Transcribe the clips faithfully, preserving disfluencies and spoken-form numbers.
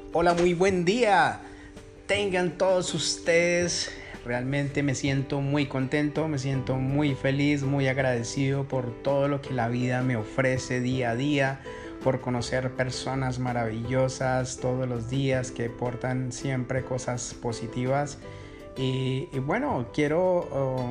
Hola, muy buen día. Tengan todos ustedes. Realmente me siento muy contento, me siento muy feliz, muy agradecido por todo lo que la vida me ofrece día a día, por conocer personas maravillosas todos los días que portan siempre cosas positivas. Y, y bueno, quiero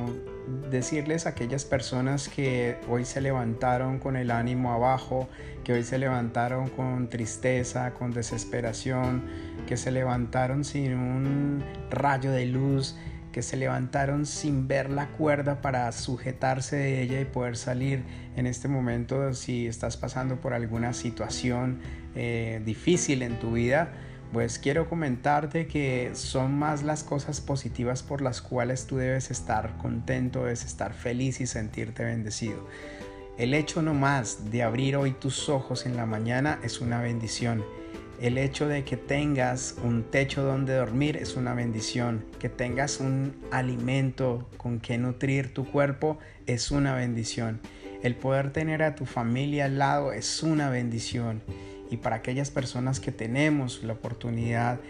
uh, decirles a aquellas personas que hoy se levantaron con el ánimo abajo, que hoy se levantaron con tristeza, con desesperación, que se levantaron sin un rayo de luz, que se levantaron sin ver la cuerda para sujetarse de ella y poder salir en este momento. Si estás pasando por alguna situación eh, difícil en tu vida, pues quiero comentarte que son más las cosas positivas por las cuales tú debes estar contento, debes estar feliz y sentirte bendecido. El hecho nomás de abrir hoy tus ojos en la mañana es una bendición. El hecho de que tengas un techo donde dormir es una bendición. Que tengas un alimento con que nutrir tu cuerpo es una bendición. El poder tener a tu familia al lado es una bendición. Y para aquellas personas que tenemos la oportunidad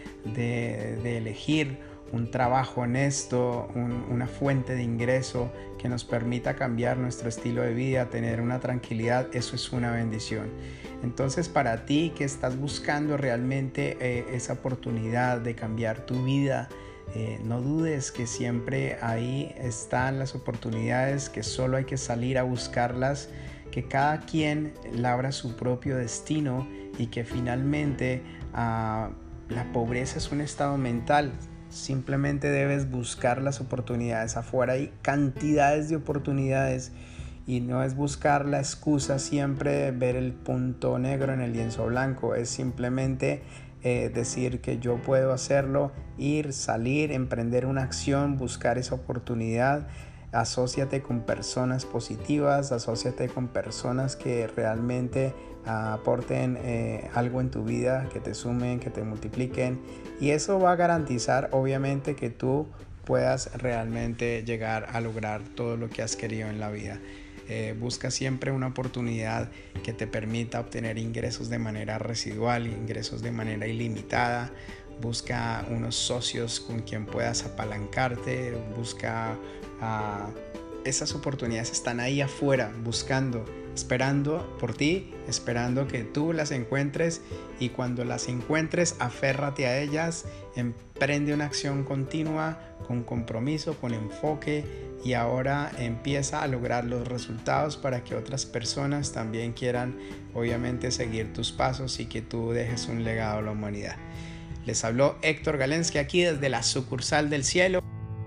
de, de elegir un trabajo honesto, un, una fuente de ingreso que nos permita cambiar nuestro estilo de vida, tener una tranquilidad, eso es una bendición. Entonces, para ti que estás buscando realmente eh, esa oportunidad de cambiar tu vida, eh, no dudes que siempre ahí están las oportunidades, que solo hay que salir a buscarlas, que cada quien labra su propio destino y que finalmente uh, la pobreza es un estado mental. Simplemente debes buscar las oportunidades. Afuera hay cantidades de oportunidades y no es buscar la excusa siempre de ver el punto negro en el lienzo blanco. Es simplemente eh, decir que yo puedo hacerlo, ir, salir, emprender una acción, buscar esa oportunidad. Asóciate con personas positivas, asóciate con personas que realmente uh, aporten eh, algo en tu vida, que te sumen, que te multipliquen, y eso va a garantizar obviamente que tú puedas realmente llegar a lograr todo lo que has querido en la vida. Eh, busca siempre una oportunidad que te permita obtener ingresos de manera residual, ingresos de manera ilimitada. Busca unos socios con quien puedas apalancarte, busca uh, esas oportunidades están ahí afuera buscando, esperando por ti, esperando que tú las encuentres, y cuando las encuentres aférrate a ellas, emprende una acción continua con compromiso, con enfoque, y ahora empieza a lograr los resultados para que otras personas también quieran obviamente seguir tus pasos y que tú dejes un legado a la humanidad. Les habló Héctor Galensky aquí desde la sucursal del cielo.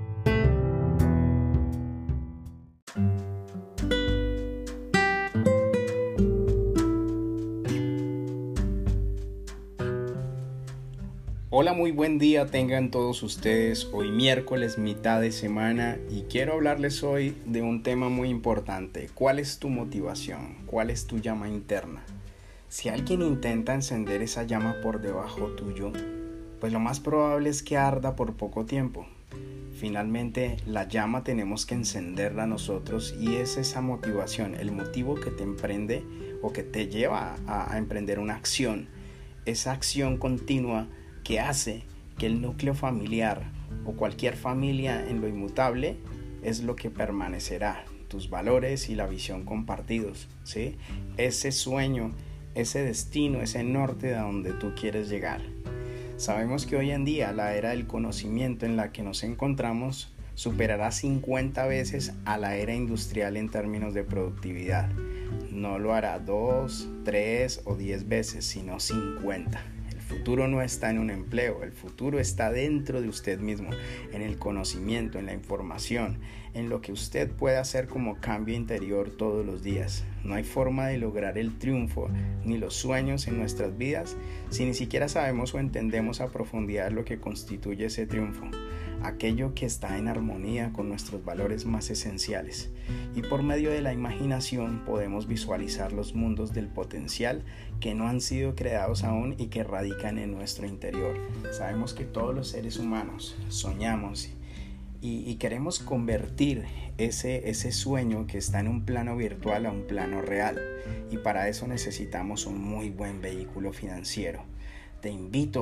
Hola, muy buen día tengan todos ustedes. Hoy miércoles, mitad de semana, y quiero hablarles hoy de un tema muy importante. ¿Cuál es tu motivación? ¿Cuál es tu llama interna? Si alguien intenta encender esa llama por debajo tuyo, pues lo más probable es que arda por poco tiempo. Finalmente, la llama tenemos que encenderla nosotros, y es esa motivación, el motivo que te emprende o que te lleva a, a emprender una acción. Esa acción continua que hace que el núcleo familiar o cualquier familia en lo inmutable es lo que permanecerá, tus valores y la visión compartidos, ¿sí? Ese sueño, ese destino, ese norte a donde tú quieres llegar. Sabemos que hoy en día la era del conocimiento en la que nos encontramos superará cincuenta veces a la era industrial en términos de productividad. No lo hará dos, tres o diez veces, sino cincuenta. El futuro no está en un empleo, el futuro está dentro de usted mismo, en el conocimiento, en la información, en lo que usted puede hacer como cambio interior todos los días. No hay forma de lograr el triunfo ni los sueños en nuestras vidas si ni siquiera sabemos o entendemos a profundidad lo que constituye ese triunfo, aquello que está en armonía con nuestros valores más esenciales. Y por medio de la imaginación podemos visualizar los mundos del potencial que no han sido creados aún y que radican en nuestro interior. Sabemos que todos los seres humanos soñamos y, y queremos convertir ese, ese sueño que está en un plano virtual a un plano real, y para eso necesitamos un muy buen vehículo financiero. Te invito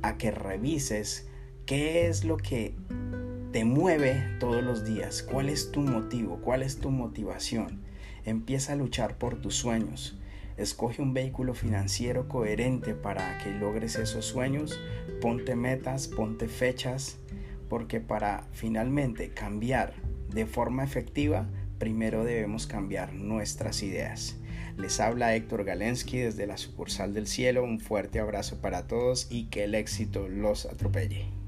a que revises qué es lo que te mueve todos los días, cuál es tu motivo, cuál es tu motivación. Empieza a luchar por tus sueños. Escoge un vehículo financiero coherente para que logres esos sueños. Ponte metas, ponte fechas, porque para finalmente cambiar de forma efectiva, primero debemos cambiar nuestras ideas. Les habla Héctor Galensky desde la sucursal del cielo. Un fuerte abrazo para todos y que el éxito los atropelle.